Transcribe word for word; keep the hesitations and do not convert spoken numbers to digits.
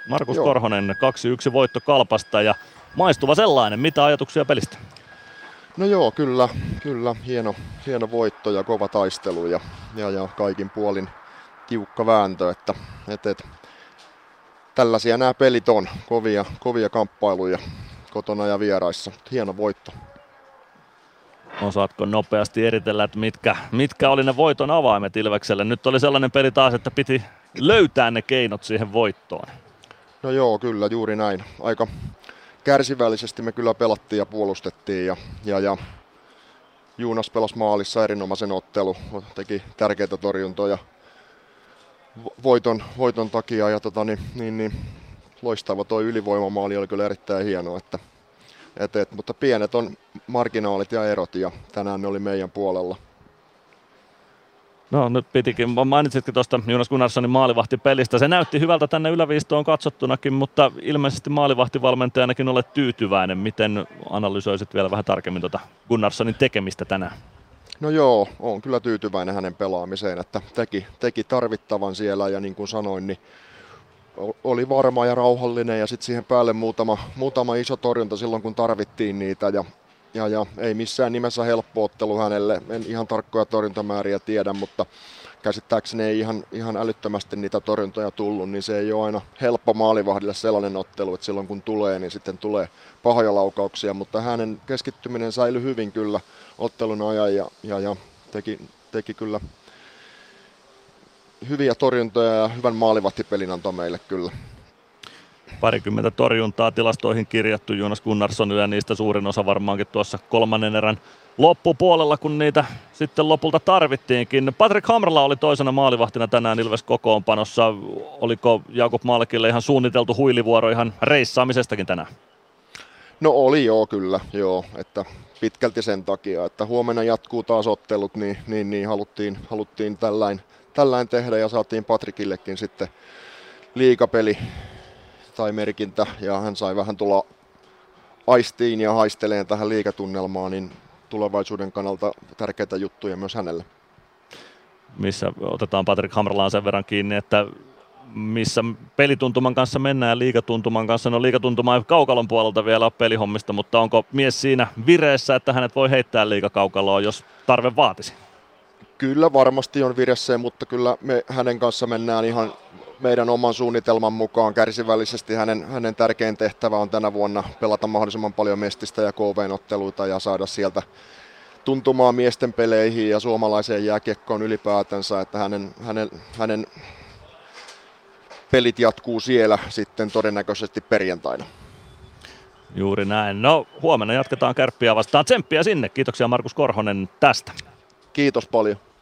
Markus Joo. Korhonen, kaksi yksi voitto Kalpasta ja maistuva sellainen. Mitä ajatuksia pelistä? No joo, kyllä, kyllä. Hieno, hieno voitto ja kova taistelu ja, ja, ja kaikin puolin tiukka vääntö, että et, et, tällaisia nämä pelit on, kovia, kovia kamppailuja kotona ja vieraissa. Hieno voitto. Osaatko nopeasti eritellä, että mitkä, mitkä oli ne voiton avaimet Ilvekselle? Nyt oli sellainen peli taas, että piti löytää ne keinot siihen voittoon. No joo, kyllä, juuri näin. Aika kärsivällisesti me kyllä pelattiin ja puolustettiin ja, ja, ja Juunas pelasi maalissa erinomaisen ottelu, teki tärkeitä torjuntoja voiton, voiton takia ja tota, niin, niin, niin, loistava toi ylivoimamaali oli kyllä erittäin hieno, että, et, et, mutta pienet on marginaalit ja erot ja tänään ne oli meidän puolella. No nyt pitikin, mainitsitkin tuosta Jonas Gunnarssonin maalivahtipelistä. Se näytti hyvältä tänne yläviistoon katsottunakin, mutta ilmeisesti maalivahtivalmentajanakin olet tyytyväinen. Miten analysoisit vielä vähän tarkemmin tuota Gunnarssonin tekemistä tänään? No joo, olen kyllä tyytyväinen hänen pelaamiseen, että teki, teki tarvittavan siellä ja niin kuin sanoin, niin oli varma ja rauhallinen ja sitten siihen päälle muutama, muutama iso torjunta silloin kun tarvittiin niitä ja, ja, ja ei missään nimessä helppo ottelu hänelle, en ihan tarkkoja torjuntamääriä tiedä, mutta käsittääkseni ei ihan, ihan älyttömästi niitä torjuntoja tullut, niin se ei ole aina helppo maalivahdille sellainen ottelu, että silloin kun tulee, niin sitten tulee pahoja laukauksia, mutta hänen keskittyminen säilyi hyvin kyllä ottelun ajan ja, ja, ja teki, teki kyllä hyviä torjuntoja ja hyvän maalivahtipelin antoi meille kyllä. Parikymmentä torjuntaa tilastoihin kirjattu Jonas Gunnarssonille ja niistä suurin osa varmaankin tuossa kolmannen erän loppupuolella, kun niitä sitten lopulta tarvittiinkin. Patrik Hamrala oli toisena maalivahtina tänään Ilves kokoonpanossa. Oliko Jakub Malkille ihan suunniteltu huilivuoro ihan reissaamisestakin tänään? No oli joo kyllä, joo, että pitkälti sen takia, että huomenna jatkuu taas ottelut, niin, niin, niin haluttiin, haluttiin tällain, tällain tehdä ja saatiin Patrikillekin sitten liigapeli tai merkintä ja hän sai vähän tulla aistiin ja haisteleen tähän liigatunnelmaan, niin tulevaisuuden kannalta tärkeitä juttuja myös hänelle. Missä otetaan Patrik Hamralaan sen verran kiinni, että missä pelituntuman kanssa mennään ja liigatuntuman kanssa. No liigatuntuma ei kaukalon puolelta vielä ole pelihommista, mutta onko mies siinä vireessä, että hänet voi heittää liigakaukaloon, jos tarve vaatisi? Kyllä varmasti on vireessä, mutta kyllä me hänen kanssa mennään ihan meidän oman suunnitelman mukaan kärsivällisesti. Hänen, hänen tärkein tehtävä on tänä vuonna pelata mahdollisimman paljon Mestistä ja K V-otteluita ja saada sieltä tuntumaa miesten peleihin ja suomalaiseen jääkiekkoon ylipäätänsä, että hänen, hänen, hänen pelit jatkuu siellä sitten todennäköisesti perjantaina. Juuri näin. No huomenna jatketaan Kärppiä vastaan. Tsemppiä sinne. Kiitoksia Markus Korhonen tästä. Kiitos paljon.